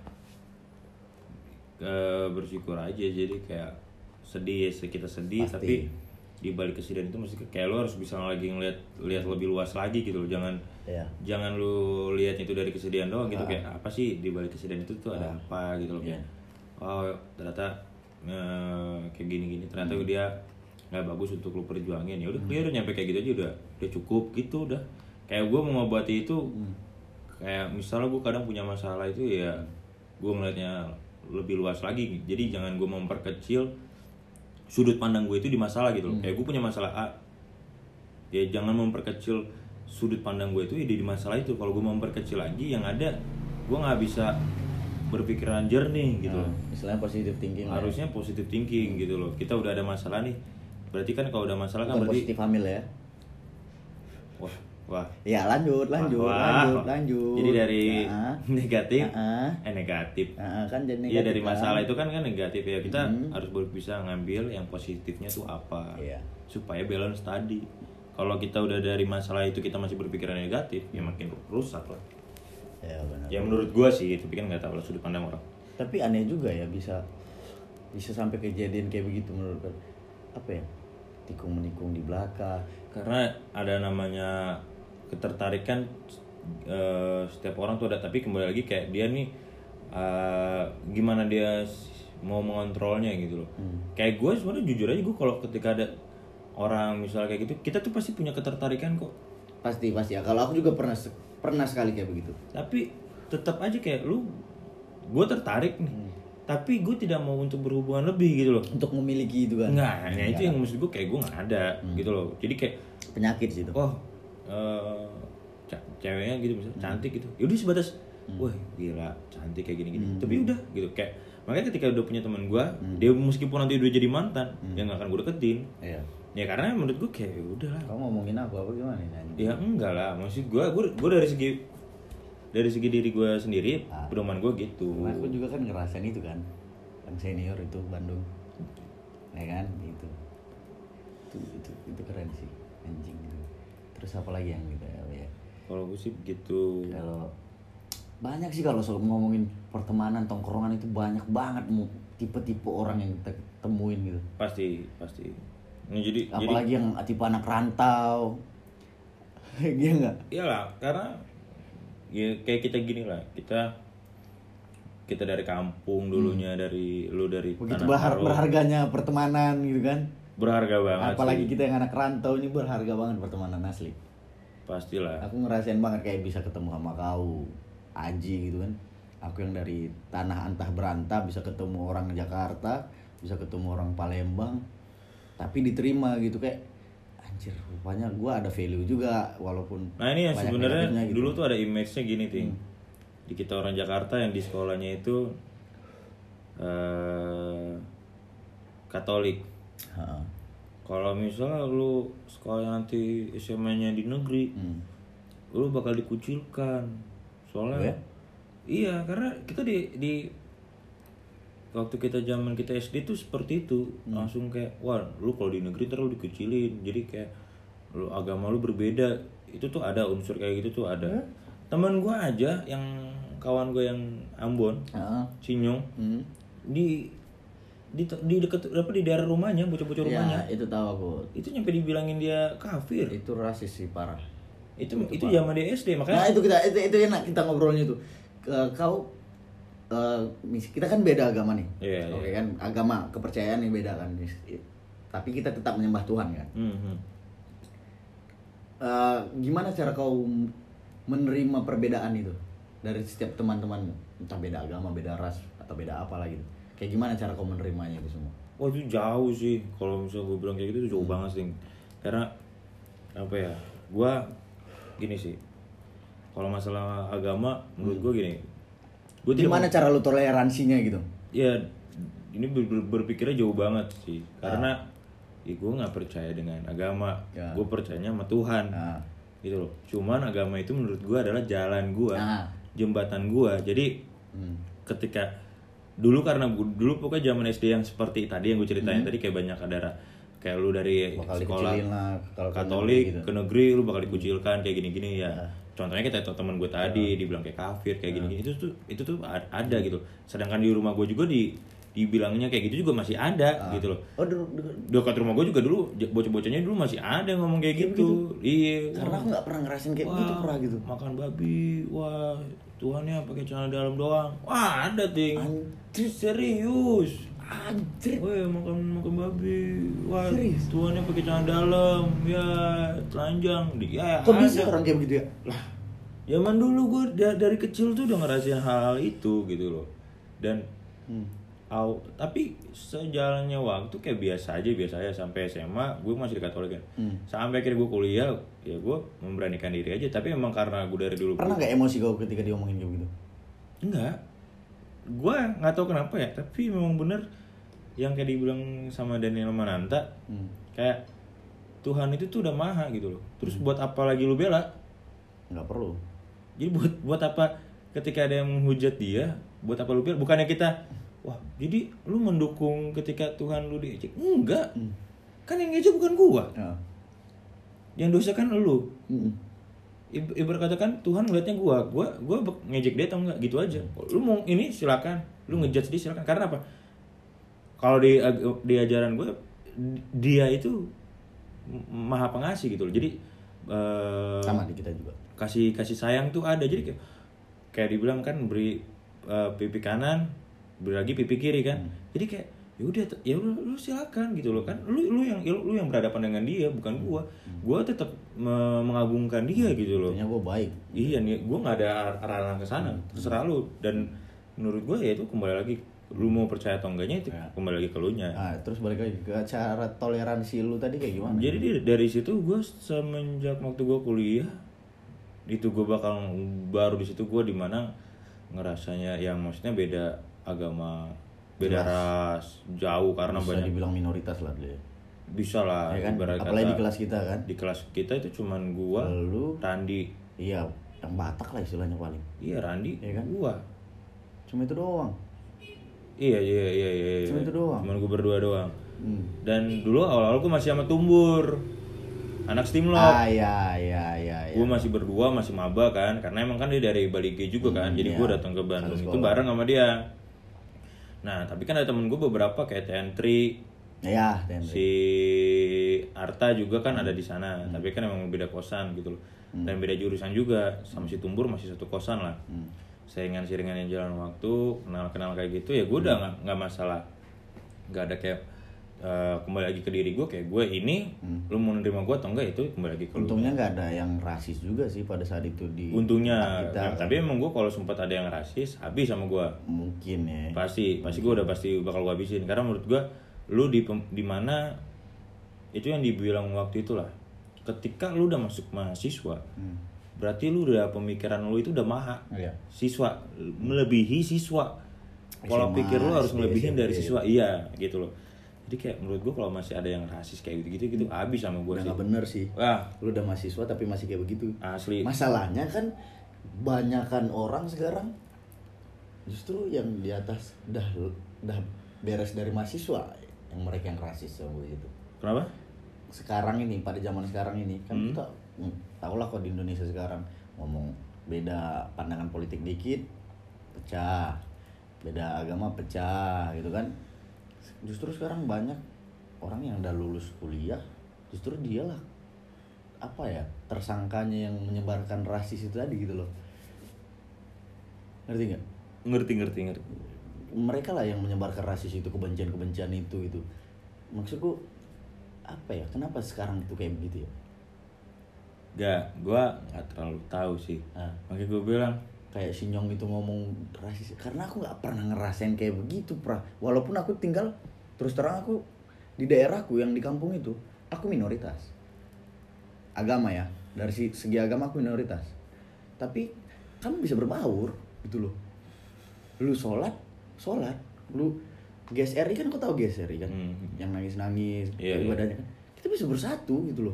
bersyukur aja. Jadi kayak sedih, kita sedih. Pasti. Tapi di balik kesedihan itu mesti kayak lo harus bisa lagi lihat lebih luas lagi gitu loh. Jangan lu lihat itu dari kesedihan doang gitu. Kayak apa sih di balik kesedihan itu tuh ada apa gitu loh. Kayak ternyata kayak gini ternyata dia nggak bagus untuk lu perjuangin. Ya udah, dia udah nyampe kayak gitu aja udah cukup gitu. Udah kayak gue mengobati itu. Kayak misalnya gue kadang punya masalah itu ya gue ngeliatnya lebih luas lagi. Jadi jangan gue memperkecil sudut pandang gue itu di masalah gitu loh. Kayak gue punya masalah A, ya jangan memperkecil sudut pandang gue itu di masalah itu. Kalau gue memperkecil lagi, yang ada gue nggak bisa berpikiran jernih gitu loh. Istilahnya positive thinking. Harusnya positive thinking gitu loh. Kita udah ada masalah nih, berarti kan kalau udah masalah kan berarti positif hamil ya. Wah. Ya lanjut. Jadi dari negatif, negatif. Kan jadi negatif. Ya dari masalah itu kan negatif ya. Kita harus bisa ngambil yang positifnya tuh apa. Supaya balance tadi. Kalau kita udah dari masalah itu kita masih berpikiran negatif, ya makin rusak lah. Ya benar. Ya menurut gua sih, tapi kan nggak tahu lah sudut pandang orang. Tapi aneh juga ya bisa sampai kejadian kayak begitu menurut gue. Apa ya? Tikung menikung di belakang. Karena ada namanya ketertarikan setiap orang tuh ada, tapi kembali lagi kayak dia nih gimana dia mau mengontrolnya gitu loh. Kayak gue sebenarnya jujur aja, gue kalau ketika ada orang misalnya kayak gitu, kita tuh pasti punya ketertarikan kok. Pasti ya. Kalau aku juga pernah sekali kayak begitu. Tapi tetap aja kayak gue tertarik nih. Tapi gue tidak mau untuk berhubungan lebih gitu loh. Untuk memiliki itu kan. Enggak, itu yang maksud gue kayak gue gak ada gitu loh. Jadi kayak penyakit sih itu. Ceweknya gitu misalnya cantik gitu. Yaudah sebatas wah gila cantik kayak gini-gini. Tapi udah gitu kayak. Makanya ketika udah punya teman gue, dia meskipun nanti udah jadi mantan, dia gak akan gue deketin. Iya. Ya karena menurut gue kayak udah lah. Kamu ngomongin apa gimana nih? Ya enggak lah. Maksud gue dari segi diri gue sendiri, pedoman gue gitu. Aku juga kan ngerasain itu kan, yang senior itu Bandung, ya kan, itu keren sih, anjing gitu. Terus apa lagi yang gitu ya? Kalau gue sih gitu. Kalau banyak sih kalau soal ngomongin pertemanan, tongkrongan itu banyak banget tipe-tipe orang yang kita temuin gitu. Pasti. Nah, jadi apalagi yang tipe anak rantau, iya nggak? Iyalah, karena ya kayak kita gini lah, kita dari kampung dulunya, dari begitu berharganya pertemanan gitu kan. Berharga banget. Apalagi sih. Kita yang anak rantau ini berharga banget pertemanan asli. Pastilah. Aku ngerasain banget kayak bisa ketemu sama kau, Aji gitu kan. Aku yang dari tanah antah berantah bisa ketemu orang Jakarta, bisa ketemu orang Palembang, tapi diterima gitu kayak anjir, rupanya gue ada value juga walaupun. Nah ini yang banyak sebenarnya negatifnya gitu. dulu tuh ada image-nya gini Ting. Di kita orang Jakarta yang di sekolahnya itu Katolik. Ha-ha. Kalau misalnya lu sekolah nanti SMA-nya di negeri, lu bakal dikucilkan. Soalnya Oh ya? iya, karena kita di waktu kita zaman kita SD tuh seperti itu. Langsung kayak wah, lu kalau di negeri ntar lu dikucilin. Jadi kayak lu agama lu berbeda. Itu tuh ada unsur kayak gitu tuh ada. Teman gua aja yang kawan gua yang Ambon, Ha-ha. Sinyong, di dekat apa di daerah rumahnya, bocah-bocah rumahnya. Ya, itu tahu aku. Itu nyampe dibilangin dia kafir. Itu rasis sih parah. Itu zaman dia SD Nah, makanya. itu enak kita ngobrolnya tuh. Kau kita kan beda agama nih. Iya, Oke kan, agama, kepercayaan yang beda kan. Tapi kita tetap menyembah Tuhan kan. Gimana cara kau menerima perbedaan itu dari setiap teman-temanmu, entah beda agama, beda ras atau beda apa lagi? Kayak gimana cara kau menerimanya itu semua? Wah itu jauh sih. Kalau misalnya gue bilang kayak gitu tuh jauh banget sih. Karena apa ya? Gue gini sih. Kalau masalah agama, menurut gue gini. Gue Gimana cara lu toleransinya gitu? Ya ini berpikirnya jauh banget sih. Karena ya gue nggak percaya dengan agama. Ya. Gue percayanya sama Tuhan. Gitu loh. Cuman agama itu menurut gue adalah jalan gue, jembatan gue. Jadi ketika dulu karena dulu pokoknya zaman SD yang seperti tadi yang gue ceritain tadi kayak banyak ada kayak lu dari bakal sekolah lah, Katolik gitu. ke negeri lu bakal dikucilkan kayak gini-gini ya. Contohnya kita teman gue tadi dibilang kayak kafir kayak gini-gini itu tuh ada gitu. Sedangkan di rumah gue juga dibilangnya kayak gitu juga masih ada gitu loh. Oh, dekat rumah gue juga dulu bocah-bocahnya dulu masih ada yang ngomong kayak gitu. Iya. Karena aku nggak pernah ngerasain kayak gitu pernah gitu. Makan babi, wah Tuhannya pakai celana dalam doang. Wah ada Ting. Anjir. Serius. Anjir. Weh makan babi. Wah Serius? Tuhannya pakai celana dalam. Ya telanjang. Ya, Kok ada. bisa orang kayak begitu ya? Lah, zaman dulu gue dari kecil tuh udah ngerasain hal itu gitu loh. Dan tapi sejalannya waktu kayak biasa aja sampai SMA gue masih di Katolik kan. Sampai akhirnya gue kuliah ya gue memberanikan diri aja. Tapi emang karena gue dari dulu Pernah nggak emosi kau ketika diomongin kayak begitu? enggak. Gue nggak tahu kenapa ya. Tapi memang bener yang kayak dibilang sama Daniel Mananta kayak Tuhan itu tuh udah maha gitu loh. Terus buat apa lagi lu bela? Nggak perlu. Jadi buat apa ketika ada yang menghujat dia? Buat apa lu bela? Bukannya kita wah, jadi lu mendukung ketika Tuhan lu diejek? Enggak. Kan yang ngejek bukan gua. Yang dosa kan lu. Ibarat kata kan Tuhan ngeliatnya gua ngejek dia atau enggak gitu aja. Lu mau ini silakan, lu ngejudge dia silakan. Karena apa? Kalau di ajaran gua dia itu maha pengasih gitu loh. Jadi sama di kita juga. Kasih sayang tuh ada. Jadi kayak dibilang kan beri pipi kanan beri lagi pipi kiri kan. Jadi kayak ya udah lu silakan gitu loh kan. Lu yang berhadapan dengan dia bukan gua tetap mengagungkan dia gitu loh. Artinya gua baik. Iya nih, gua nggak ada arah ke sana. Terserah lu. Dan menurut gua ya itu kembali lagi lu mau percaya atau enggaknya itu kembali lagi ke lu nya. Terus balik lagi ke cara toleransi lu tadi kayak gimana? Jadi dari situ gua semenjak waktu gua kuliah itu gua baru di situ gua dimana ngerasanya yang maksudnya beda agama, beda ras, jauh karena bisa banyak dibilang minoritas lah dia. Bisa lah Ya kan? ibarat Apalagi kata, di kelas kita kan. di kelas kita itu cuman gua, Lu, Randi. iya, yang Batak lah istilahnya paling. Iya Randi, Iya kan? gua. Cuma itu doang. Iya. Cuma itu doang. Cuman gua berdua doang. Dan dulu awal-awal gua masih sama Tumbur. Anak Steamlock. Iya. Gue masih berdua, masih maba kan. Karena emang kan dia dari Bali G juga kan. Jadi gue datang ke Bandung itu bareng sama dia. Nah, tapi kan ada temen gue beberapa kayak Tentri. Iya, Si Arta juga kan ada di sana. Tapi kan emang beda kosan gitu loh. Dan beda jurusan juga. Sama si Tumbur masih satu kosan lah. Seringan-seringan yang jalan waktu, kenal-kenal kayak gitu ya gue udah nggak masalah. Nggak ada kayak kembali lagi ke diri gue, kayak gue ini lu mau nerima gue atau enggak, itu kembali lagi ke lu. Untungnya nggak ada yang rasis juga sih pada saat itu di Untungnya tempat kita. tapi emang gue kalau sempat ada yang rasis habis sama gue, Mungkin ya. pasti gue udah pasti bakal gue habisin, karena menurut gue lu di mana itu yang dibilang waktu itulah, ketika lu udah masuk mahasiswa berarti lu udah pemikiran lu itu udah maha. Iya. Siswa melebihi siswa, pola SMA, pikir lu harus SD, melebihin dari SMP. siswa, iya gitu loh. Jadi kayak menurut gue kalau masih ada yang rasis kayak gitu habis sama gue Udah sih. nggak bener sih. Wah, Lu udah mahasiswa tapi masih kayak begitu. asli. Masalahnya kan banyakan orang sekarang justru yang di atas udah beres dari mahasiswa yang mereka yang rasis sama begitu. Kenapa? Sekarang ini pada zaman sekarang ini kan kita tau lah kok di Indonesia sekarang ngomong beda pandangan politik dikit pecah, beda agama pecah gitu kan. Justru sekarang banyak orang yang udah lulus kuliah justru dialah apa ya tersangkanya yang menyebarkan rasis itu tadi gitu loh. Ngerti nggak? Ngerti. Mereka lah yang menyebarkan rasis itu, kebencian itu. Maksudku apa ya? Kenapa sekarang itu kayak begitu ya? Gue nggak terlalu tahu sih. Makanya gue bilang Kayak si Nyong itu ngomong rasis karena aku nggak pernah ngerasain kayak begitu, walaupun aku tinggal terus terang aku di daerahku yang di kampung itu aku minoritas agama ya, dari segi agama aku minoritas, tapi kamu bisa berbaur gitu loh. Lu sholat lu GSRI kan, kau tahu GSRI kan, yang nangis ibadahnya kan, kita bisa bersatu gitu loh.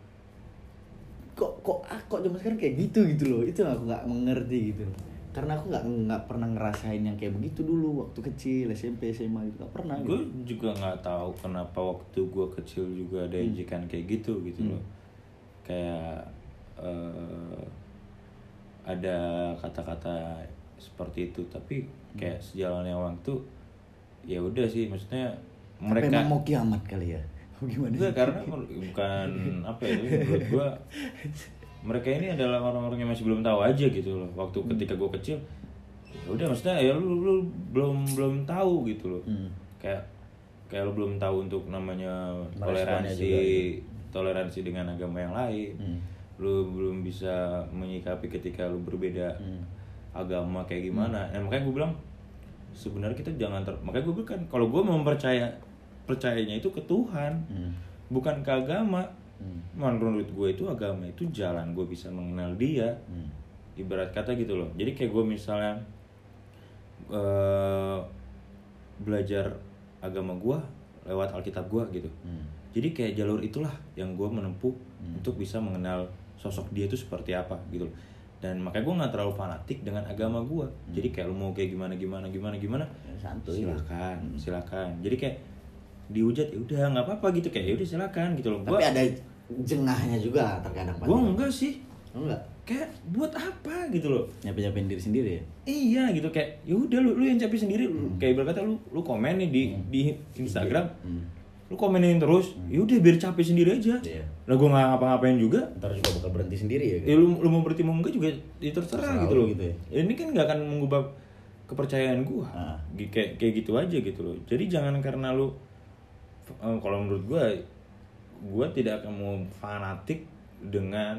Kok zaman sekarang kayak gitu loh. Itu aku nggak mengerti gitu loh, karena aku nggak pernah ngerasain yang kayak begitu dulu waktu kecil, SMP, SMA gitu, nggak pernah gue gitu. juga nggak tahu kenapa waktu gue kecil juga ada ejekan kayak gitu loh. Kayak ada kata-kata seperti itu, tapi kayak sejalannya waktu ya udah sih, maksudnya mereka Memang mau kiamat kali ya. Gimana? Enggak, karena bukan apa ya, menurut gue mereka ini adalah orang-orang yang masih belum tahu aja gitu loh. Waktu ketika gue kecil, ya udah maksudnya ya lu belum tahu gitu loh. Kayak lu belum tahu untuk namanya toleransi dengan agama yang lain. Lu belum bisa menyikapi ketika lu berbeda agama kayak gimana. Nah, makanya gue bilang sebenarnya kita jangan makanya gue bilang kan kalau gue percayanya itu ke Tuhan, bukan ke agama. Menurut gue itu agama itu jalan gue bisa mengenal dia, ibarat kata gitu loh. Jadi kayak gue misalnya belajar agama gue lewat Alkitab gue gitu. Jadi kayak jalur itulah yang gue menempuh untuk bisa mengenal sosok dia itu seperti apa gitu loh. Dan makanya gue nggak terlalu fanatik dengan agama gue. Jadi kayak lu mau kayak gimana ya, santuy, silakan. Jadi kayak dihujat ya udah nggak apa-apa gitu, kayak ya udah silakan gitu loh. Tapi ada jengahnya juga terkadang. Gue enggak sih. Enggak. Kayak buat apa gitu loh? Nyapin diri sendiri ya. Iya gitu, kayak ya udah lu yang capek sendiri. Kayak berkata lu komen nih di Instagram. Lu komenin terus, ya udah biar capek sendiri aja. Iya. Lah gue nggak ngapa-ngapain juga. Ntar juga bakal berhenti sendiri ya. Ya lu mau berhenti mau enggak juga ya terserah gitu loh. Gitu ya. Ini kan nggak akan mengubah kepercayaan gue. Kayak gitu aja gitu loh. Jadi jangan karena lu kalau menurut gue tidak akan mau fanatik dengan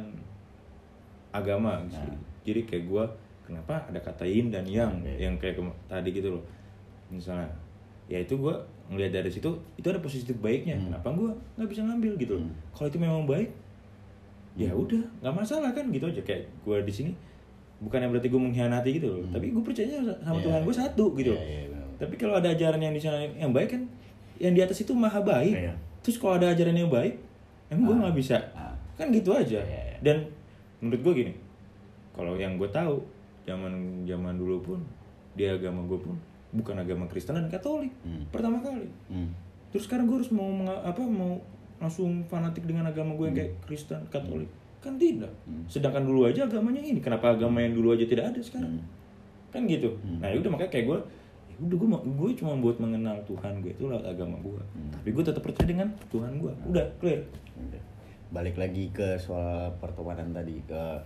agama gitu. Jadi kayak gue kenapa ada kata yin dan yang kayak tadi gitu loh. Misalnya ya itu gue ngelihat dari situ itu ada positif baiknya. Kenapa gue nggak bisa ngambil gitu loh? Kalau itu memang baik ya udah nggak masalah kan gitu aja. Kayak gue di sini bukannya berarti gue mengkhianati gitu loh, tapi gue percaya sama Tuhan gue satu gitu. Tapi kalau ada ajaran yang di sana yang baik kan, yang di atas itu maha baik. Terus kalau ada ajaran yang baik, emang gue nggak bisa? Kan gitu aja. Dan menurut gue gini, kalau yang gue tahu zaman dulu pun di agama gue pun bukan agama Kristen dan Katolik pertama kali. Terus sekarang gue harus mau langsung fanatik dengan agama gue yang kayak Kristen Katolik? Kan tidak. Sedangkan dulu aja agamanya ini, kenapa agama yang dulu aja tidak ada sekarang? Kan gitu. Nah ya udah makanya kayak gue gue cuma buat mengenal Tuhan gue itu lewat agama gue. Tapi gue tetap percaya dengan Tuhan gue. Udah clear. Balik lagi ke soal pertemanan tadi,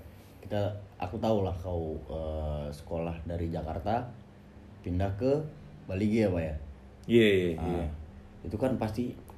aku tahu lah kau sekolah dari Jakarta pindah ke Bali ya Pak ya. Iya. Itu kan pasti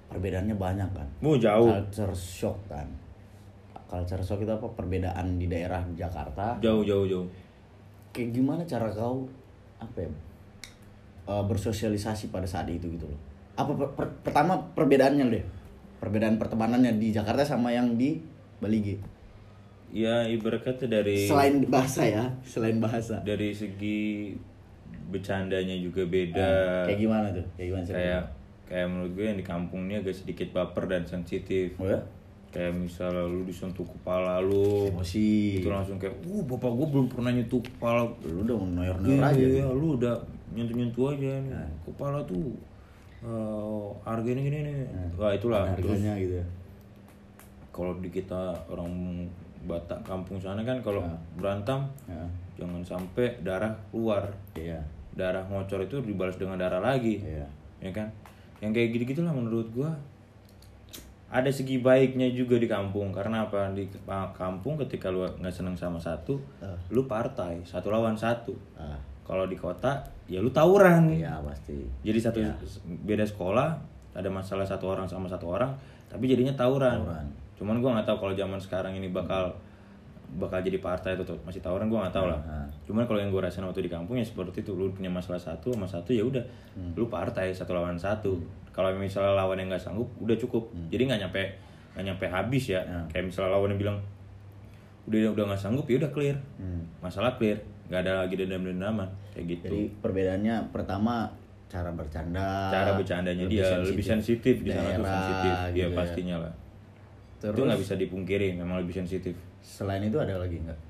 perbedaannya banyak kan. Jauh. Culture shock kan. Culture shock itu apa? Perbedaan di daerah Jakarta. Jauh. Kayak gimana cara kau apa ya? Bersosialisasi pada saat itu gitu loh. Apa pertama perbedaannya deh. Perbedaan pertemanannya di Jakarta sama yang di Bali G. Ya ibaratnya dari Selain bahasa. Dari segi bercandanya juga beda. Kayak gimana tuh? Kayak menurut gue yang di kampung ini agak sedikit baper dan sensitif. Oh ya? Kayak misalnya lu disentuh kepala lu, emosi. Itu langsung kayak, bapak gue belum pernah nyentuh kepala. Lu udah noyor-noyor aja. Iya, lu udah nyentuh aja nih. Kepala tuh harganya gini nih. Wah itulah. Harganya gitu ya. Kalau di kita orang Batak kampung sana kan kalau berantem jangan sampai darah keluar. Iya. Darah ngocor itu dibalas dengan darah lagi. Iya. Ya kan? Yang kayak gitu-gitu lah menurut gua. Ada segi baiknya juga di kampung. Karena apa? Di kampung ketika lu nggak seneng sama satu, lu partai 1 lawan 1. Kalau di kota ya lu tawuran. Iya pasti. Jadi beda sekolah, ada masalah satu orang sama satu orang, tapi jadinya tawuran. Cuman gua nggak tahu kalau zaman sekarang ini bakal jadi partai atau masih tawuran, gua nggak tahu lah. Cuman kalau yang gua rasain waktu di kampung ya seperti itu, lu punya masalah satu sama satu ya udah, lu partai 1 lawan 1. Kalau misalnya lawan yang nggak sanggup, udah cukup. Jadi nggak nyampe habis ya. Kayak misalnya lawan yang bilang udah nggak sanggup ya udah clear, masalah clear, nggak ada lagi dendam-dendaman kayak gitu. Jadi perbedaannya pertama cara bercandanya dia lebih sensitif di sana tuh sensitif, gitu ya pastinya lah. Terus, itu nggak bisa dipungkiri, memang lebih sensitif. Selain itu ada lagi nggak?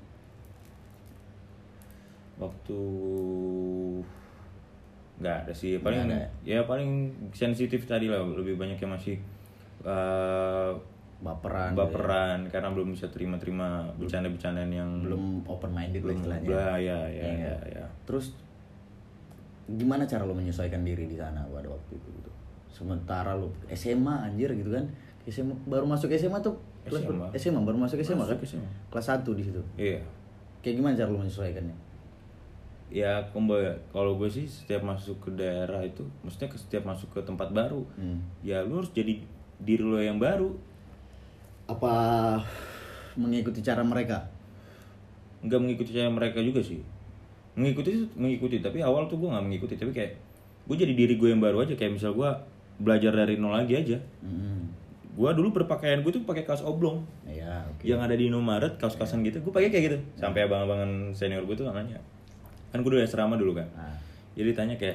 Waktu nggak ada sih, paling sensitif tadi lah, lebih banyak yang masih baperan karena belum bisa terima bercanda-bercandaan yang belum open minded lah istilahnya. Ya. Terus gimana cara lo menyesuaikan diri di sana pada waktu itu gitu? Sementara lo SMA anjir gitu kan, SMA baru masuk SMA tuh SMA baru masuk SMA kan? Kelas 1 di situ. Iya. Kayak gimana cara lo menyesuaikannya? Ya kalau gue sih setiap masuk ke daerah itu, maksudnya setiap masuk ke tempat baru, ya lu harus jadi diri lo yang baru. Apa mengikuti cara mereka? Enggak mengikuti cara mereka juga sih. Mengikuti, tapi awal tuh gue nggak mengikuti, tapi kayak gue jadi diri gue yang baru aja. Kayak misal gue belajar dari nol lagi aja. Gue dulu berpakaian gue tuh pakai kaos oblong. Iya, okay. Yang ada di Indomaret, kaos-kaosan gitu, gue pakai kayak gitu. Sampai abang-abangan senior gue tuh nanya, kan gue udah asrama dulu kan. Jadi tanya kayak,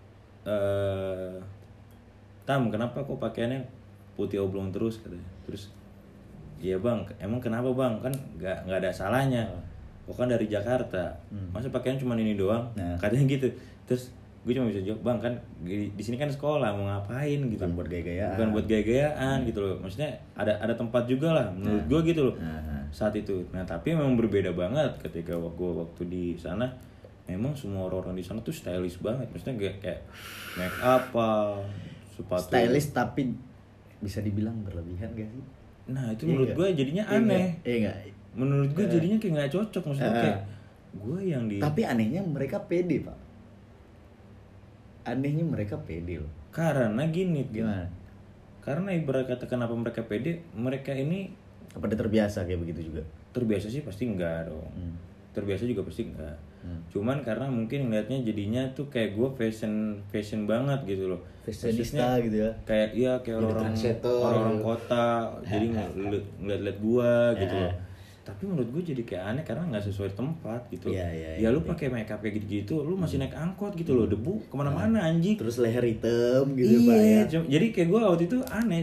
Tam, kenapa kok pakaiannya putih oblong terus katanya. Terus, iya bang, emang kenapa bang? Kan nggak ada salahnya. Kok kan dari Jakarta, masa pakaian cuma ini doang? Katanya gitu. Terus gue cuma bisa jawab, bang kan di sini kan sekolah, mau ngapain gitu? Bukan buat gaya-gayaan gitu loh. Maksudnya ada tempat juga lah menurut gue gitu loh saat itu. Nah tapi memang berbeda banget ketika gue waktu di sana. Memang semua orang di sana tuh stylish banget. Maksudnya kayak make up sepatu. Stylish tapi bisa dibilang berlebihan gak sih? Nah itu menurut gue jadinya aneh. Iya. Menurut gue jadinya kayak nggak cocok. Maksudnya kayak gue yang di. Tapi anehnya mereka pede pak. Anehnya mereka pede loh. Karena gini. Gimana? Karena ibarat kata kenapa mereka pede, mereka ini. Apa dia terbiasa kayak begitu juga? Terbiasa sih pasti enggak dong. Terbiasa juga pasti enggak. Cuman karena mungkin ngeliatnya jadinya tuh kayak gue fashion banget gitu loh. Fashionista gitu ya. Kayak orang kota. Jadi ngeliat gue gitu loh. Tapi menurut gue jadi kayak aneh karena nggak sesuai tempat gitu. Ya lu pakai makeup kayak gitu, lu masih naik angkot gitu loh, debu kemana-mana anjing. Terus leher hitam gitu pak ya. Jadi kayak gue waktu itu aneh,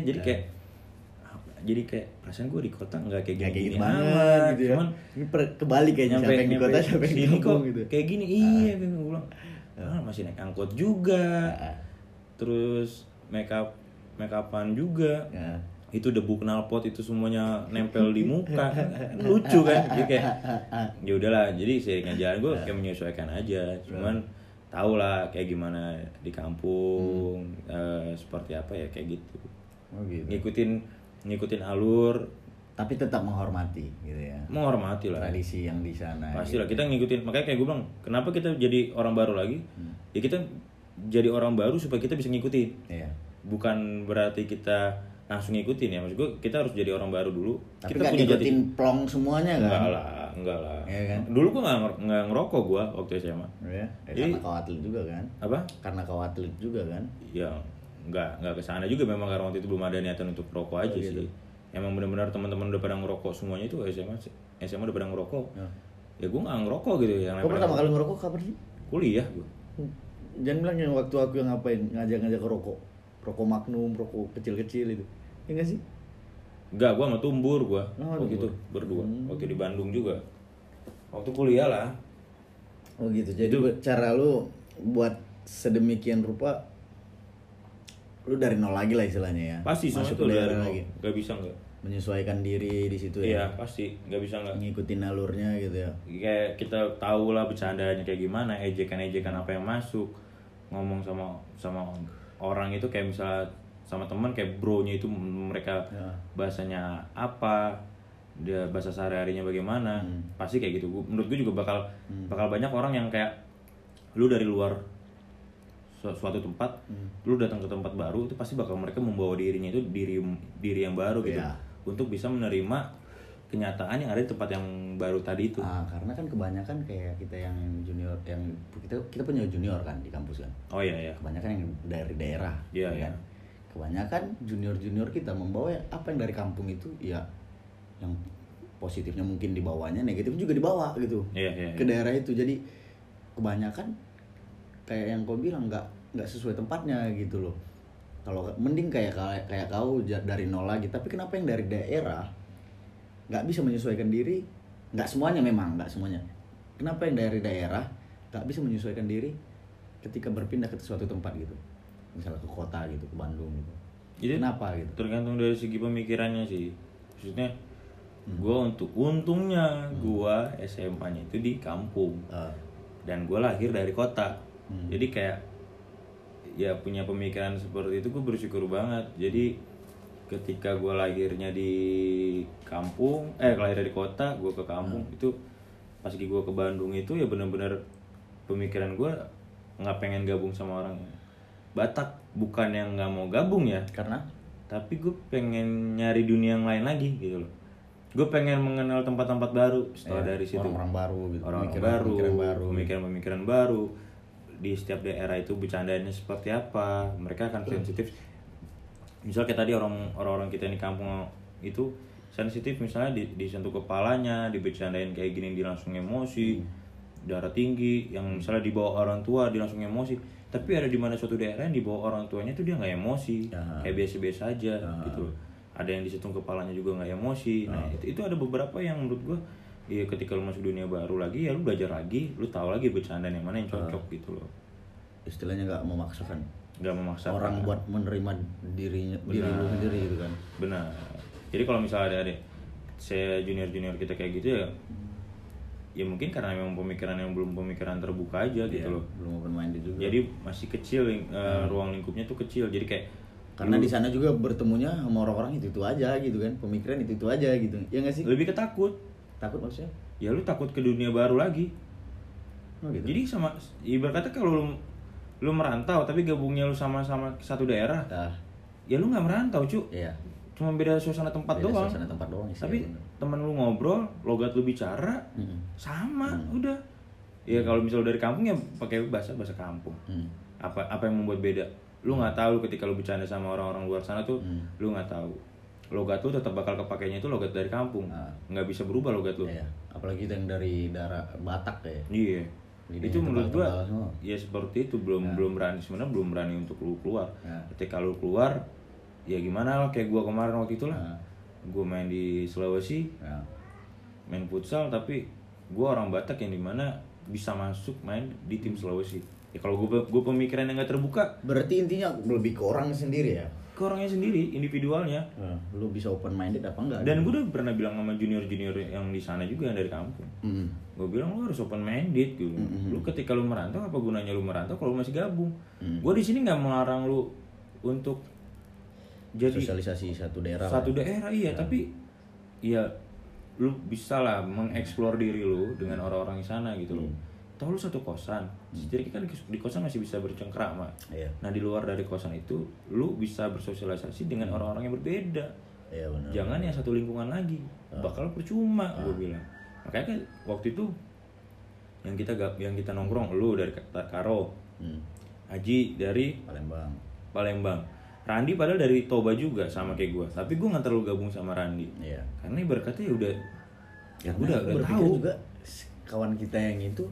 jadi kayak perasaan gue di kota nggak kayak gini banget gitu ya. Cuman ini kebalik kayaknya, siapa yang di kota siapa yang di kampung gitu. Kayak gini iya gue bilang masih naik angkot juga. Terus makeupan juga. Itu debu knalpot itu semuanya nempel di muka. Lucu kan. Jadi kayak ya udahlah, jadi seiringnya jalan gue kayak menyesuaikan aja. Cuman tau lah kayak gimana di kampung, seperti apa ya kayak gitu. Ngikutin alur, tapi tetap menghormati gitu ya. Menghormati lah tradisi yang di sana. Pasti lah kita ngikutin. Makanya kayak gue bilang, kenapa kita jadi orang baru lagi? Ya kita jadi orang baru supaya kita bisa ngikutin. Iya. bukan berarti kita langsung ngikutin ya, maksud gue kita harus jadi orang baru dulu. Tapi Kita nggak punya ngikutin plong semuanya kan? enggak lah. Iya kan? Dulu gue nggak ngerokok gue waktu SMA. Ya, Jadi- karena kau atlet juga kan? Apa? Karena kau atlet juga kan? Ya nggak kesana juga, memang karena waktu itu belum ada niatan untuk rokok aja gitu. sih. Emang benar-benar teman-teman udah pada ngerokok semuanya itu SMA udah pada ngerokok. Ya gue nggak ngerokok gitu yang Kau pertama kali ngerokok kapan sih? kuliah gue. Jangan bilang yang waktu aku yang ngapain ngajak-ngajak ke rokok Magnum, rokok kecil-kecil itu. Ya nggak sih? Enggak, gue sama Tumbur gue waktu Tumbur. itu berdua. Waktu di Bandung juga. Waktu kuliah lah. Oh gitu. Jadi cara lu buat sedemikian rupa lu dari nol lagi lah istilahnya ya. Pasti semua masuk itu ke udah daerah lagi. nggak bisa nggak. Menyesuaikan diri di situ Iya ya. pasti nggak bisa nggak. Ngikutin alurnya gitu ya. Kayak kita tahu lah bercandanya kayak gimana, ejekan apa yang masuk, ngomong sama orang itu kayak misalnya sama teman kayak bronya itu mereka Ya. bahasanya apa, dia bahasa sehari-harinya bagaimana, pasti kayak gitu. Menurut gue juga bakal banyak orang yang kayak lu dari luar suatu tempat, lu datang ke tempat baru itu pasti bakal mereka membawa dirinya itu diri yang baru gitu, Iya. untuk bisa menerima kenyataan yang ada di tempat yang baru tadi itu. Karena kan kebanyakan kayak kita yang junior, yang kita punya junior kan di kampus kan. Oh iya. Kebanyakan yang dari daerah, Iya, ya kan. Kebanyakan junior kita membawa apa yang dari kampung itu, ya yang positifnya mungkin dibawanya, negatif juga dibawa gitu Iya. ke daerah itu. Jadi kebanyakan kayak yang kau bilang nggak sesuai tempatnya gitu loh. Kalau mending kayak kau dari nol lagi. Tapi kenapa yang dari daerah nggak bisa menyesuaikan diri? Nggak semuanya, memang nggak semuanya. Kenapa yang dari daerah nggak bisa menyesuaikan diri ketika berpindah ke suatu tempat gitu, misalnya ke kota gitu, ke Bandung gitu? Jadi Kenapa gitu? tergantung dari segi pemikirannya sih. Maksudnya untungnya gua SMA-nya itu di kampung. Dan gua lahir dari kota. Jadi kayak ya punya pemikiran seperti itu, gue bersyukur banget. Jadi ketika gue lahirnya di kampung, lahir dari kota, gue ke kampung, itu pas gue ke Bandung itu ya benar-benar pemikiran gue nggak pengen gabung sama orang Batak, bukan yang nggak mau gabung ya, Karena tapi gue pengen nyari dunia yang lain lagi gitu loh. Gue pengen mengenal tempat-tempat baru setelah dari situ, orang-orang baru gitu, orang-orang pemikiran baru, pemikiran baru. Di setiap daerah itu bercandanya seperti apa, mereka akan sensitif. Misal kayak tadi orang-orang kita di kampung itu sensitif, misalnya disentuh kepalanya, dibercandain kayak gini, dia langsung emosi, darah tinggi. Yang misalnya dibawa orang tua, dia langsung emosi. Tapi ada di mana suatu daerah yang dibawa orang tuanya tuh dia nggak emosi, kayak biasa-biasa aja gitu. Ada yang disentuh kepalanya juga nggak emosi. Nah itu ada beberapa yang menurut gua, ya ketika lu masuk dunia baru lagi, ya lu belajar lagi, lu tahu lagi bercandaan yang mana yang cocok gitu loh. istilahnya nggak memaksakan Nggak memaksa orang buat menerima diri lu sendiri gitu kan. Benar. Jadi kalau misalnya ada saya junior kita kayak gitu ya mungkin karena memang pemikiran yang belum pemikiran terbuka aja gitu loh. Belum open minded juga. Jadi masih kecil, ruang lingkupnya tuh kecil. Jadi kayak karena di sana juga bertemunya sama orang-orang itu aja gitu kan, pemikiran itu aja gitu, ya nggak sih? lebih ketakut. Takut maksudnya? Ya lu takut ke dunia baru lagi. Oh gitu. Jadi sama ibarat kata kalau lu merantau tapi gabungnya lu sama-sama satu daerah, ya lu nggak merantau cu. Iya. Cuma beda suasana tempat Beda doang. suasana tempat doang sih. Tapi temen lu ngobrol, logat lu bicara sama, udah. Ya kalau misalnya dari kampung ya pakai bahasa kampung. Apa yang membuat beda? Lu nggak tahu ketika lu bercanda sama orang-orang luar sana tuh, lu nggak tahu. Logat lu tetap bakal kepakainya itu logat dari kampung, nggak bisa berubah logat lu. Iya. Apalagi yang dari daerah Batak ya. Iya. Lidahnya Itu menurut gua tebal-tebal semua. ya seperti itu, belum berani, sebenarnya belum berani untuk lu keluar. Ya. Ketika lu keluar, ya gimana lah, kayak gua kemarin waktu itu lah. Gua main di Sulawesi, main futsal, tapi gua orang Batak yang dimana bisa masuk main di tim Sulawesi. Ya kalau gua pemikiran yang nggak terbuka, Berarti intinya lebih ke orang sendiri ya. ke orangnya sendiri, individualnya. Lu bisa open minded apa enggak? Dan gue udah pernah bilang sama junior yang di sana juga yang dari kampung. Gue bilang lu harus open minded gitu. Lu ketika lu merantau, apa gunanya lu merantau kalau lu masih gabung? Gue di sini nggak melarang lu untuk jadi sosialisasi satu daerah. daerah iya, tapi ya lu bisa lah mengeksplor diri lu dengan orang-orang di sana gitu loh. Tahu lu satu kosan, setidaknya kan di kosan masih bisa bercengkrama. Iya. Nah di luar dari kosan itu, lu bisa bersosialisasi dengan orang-orang yang berbeda. Iya benar. Jangan yang satu lingkungan lagi, bakal percuma gue bilang. Makanya kan waktu itu yang kita nongkrong, lu dari Karo, Haji dari Palembang, Randi padahal dari Toba juga sama kayak gue, tapi gue nggak terlalu gabung sama Randi. Iya. Karena ibaratnya ya udah Udah tahu juga kawan kita yang itu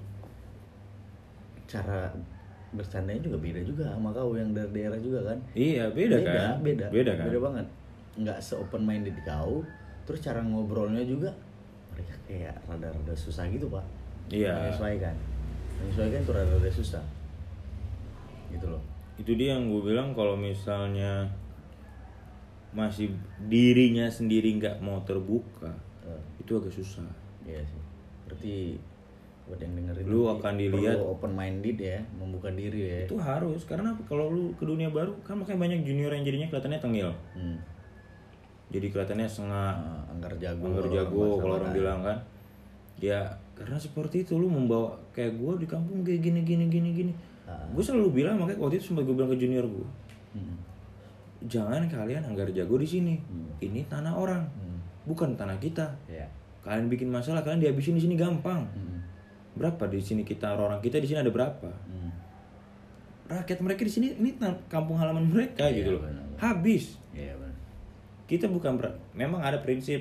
cara bercandanya juga beda juga sama kau yang dari daerah juga kan. Iya beda kan. Beda kan. Beda banget. Nggak se-open minded kau. Terus cara ngobrolnya juga mereka kayak rada-rada susah gitu pak. Iya. Menyesuaikan itu rada-rada susah. Gitu loh. Itu dia yang gue bilang, kalau misalnya masih dirinya sendiri nggak mau terbuka, itu agak susah. Iya sih. Berarti buat yang dengerin lu akan dilihat open minded ya, membuka diri ya. Itu harus, karena kalau lu ke dunia baru kan makanya banyak junior yang jadinya kelihatannya tengil. Jadi kelihatannya anggar jago kalau orang bilang kan. Ya karena seperti itu, lu membawa kayak gue di kampung kayak gini. Gue selalu bilang, makanya waktu itu sempat gue bilang ke junior gue, jangan kalian anggar jago di sini. Ini tanah orang, bukan tanah kita. Kalian bikin masalah, kalian dihabisin di sini gampang. Berapa di sini kita, orang kita di sini ada berapa? Rakyat mereka di sini, ini kampung halaman mereka gitu loh. Habis. Kita bukan memang ada prinsip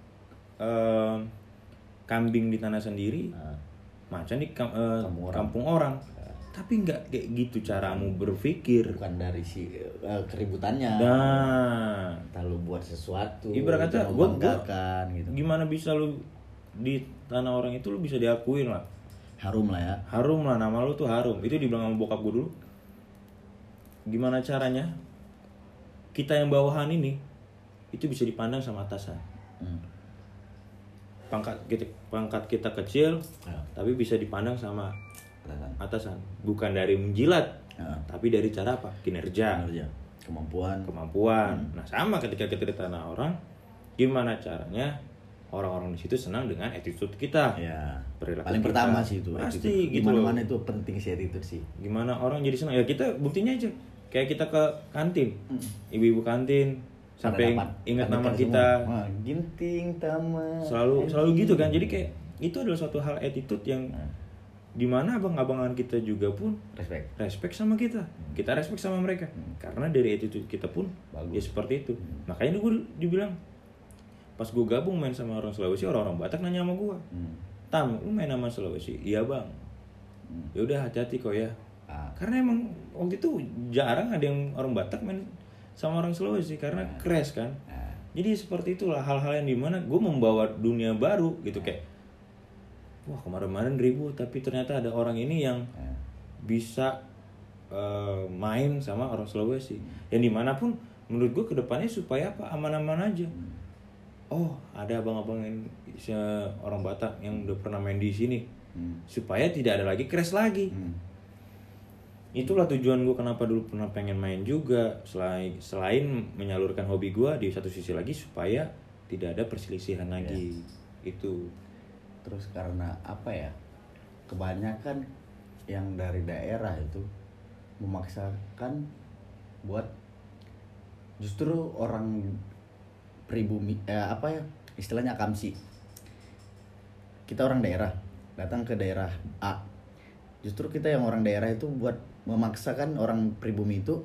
kambing di tanah sendiri, macan di kampung orang. Tapi nggak kayak gitu caramu berpikir. Bukan dari keributannya. Nah, lu buat sesuatu. Ibarat kata gue gitu. Gimana bisa lu di tanah orang itu lu bisa diakuin lah. Harum lah ya. Harum lah, nama lu tuh harum. Itu dibilang sama bokap gue dulu. Gimana caranya kita yang bawahan ini itu bisa dipandang sama atasan. Pangkat kita kecil, tapi bisa dipandang sama atasan. Bukan dari menjilat, tapi dari cara apa? Kinerja. Kemampuan. Nah sama ketika kita di tanah orang, gimana caranya orang-orang di situ senang dengan attitude kita. Perilaku paling kita. Pertama sih itu. Pasti gitu. Gimana itu penting sih attitude sih. Gimana orang jadi senang? Ya kita buktinya aja. Kayak kita ke kantin, ibu-ibu kantin sampai ingat nama kita. Ginting Tama. Selalu gitu kan. Jadi kayak itu adalah suatu hal attitude yang dimana abang-abangan kita juga pun respect sama kita. Kita respect sama mereka. Karena dari attitude kita pun bagus. Ya seperti itu. Makanya gue dibilang, pas gue gabung main sama orang Sulawesi, orang-orang Batak nanya sama gue, Tam, lu main sama Sulawesi? Iya bang. Ya udah hati-hati kok ya. Karena emang waktu itu jarang ada yang orang Batak main sama orang Sulawesi karena crash kan. Jadi seperti itulah hal-hal yang dimana gue membawa dunia baru gitu. Kayak wah kemarin-kemarin ribut, tapi ternyata ada orang ini yang bisa main sama orang Sulawesi. Yang dimanapun menurut gue kedepannya supaya apa, aman-aman aja. Oh ada abang-abang yang orang Batak yang udah pernah main di sini, supaya tidak ada lagi crash lagi. Itulah tujuan gue kenapa dulu pernah pengen main juga, selain menyalurkan hobi gue, di satu sisi lagi supaya tidak ada perselisihan lagi. Itu terus karena apa ya, kebanyakan yang dari daerah itu memaksakan buat justru orang pribumi, apa ya istilahnya, akamsi. Kita orang daerah datang ke daerah A, justru kita yang orang daerah itu buat memaksakan orang pribumi itu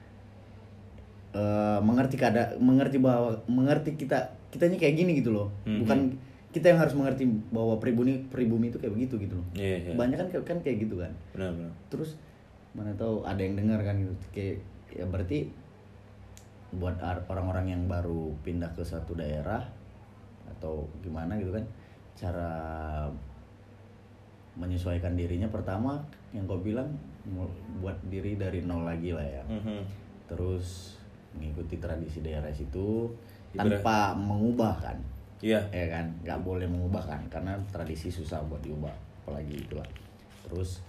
mengerti kitanya kayak gini gitu loh. Bukan kita yang harus mengerti bahwa pribumi itu kayak begitu gitu loh. Kebanyakan kan kayak gitu kan. Benar. Terus mana tahu ada yang dengar kan gitu. Kayak ya berarti buat orang-orang yang baru pindah ke satu daerah atau gimana gitu kan, cara menyesuaikan dirinya pertama yang kau bilang buat diri dari nol lagi lah ya. Terus mengikuti tradisi daerah situ tanpa mengubah kan. Ya kan, nggak boleh mengubah kan, karena tradisi susah buat diubah, apalagi itulah. Terus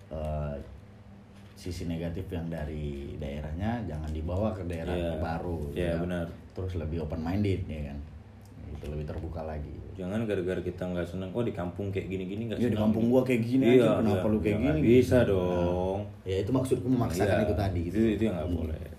sisi negatif yang dari daerahnya jangan dibawa ke daerah baru. Benar. Terus lebih open minded ya kan. gitu, lebih terbuka lagi. Jangan gara-gara kita nggak senang, oh di kampung kayak gini-gini nggak Ya senang. di kampung gua kayak gini aja, kenapa lu kayak nggak gini? bisa dong. Ya itu maksudku memaksakan Iya, itu tadi gitu. Itu yang nggak boleh.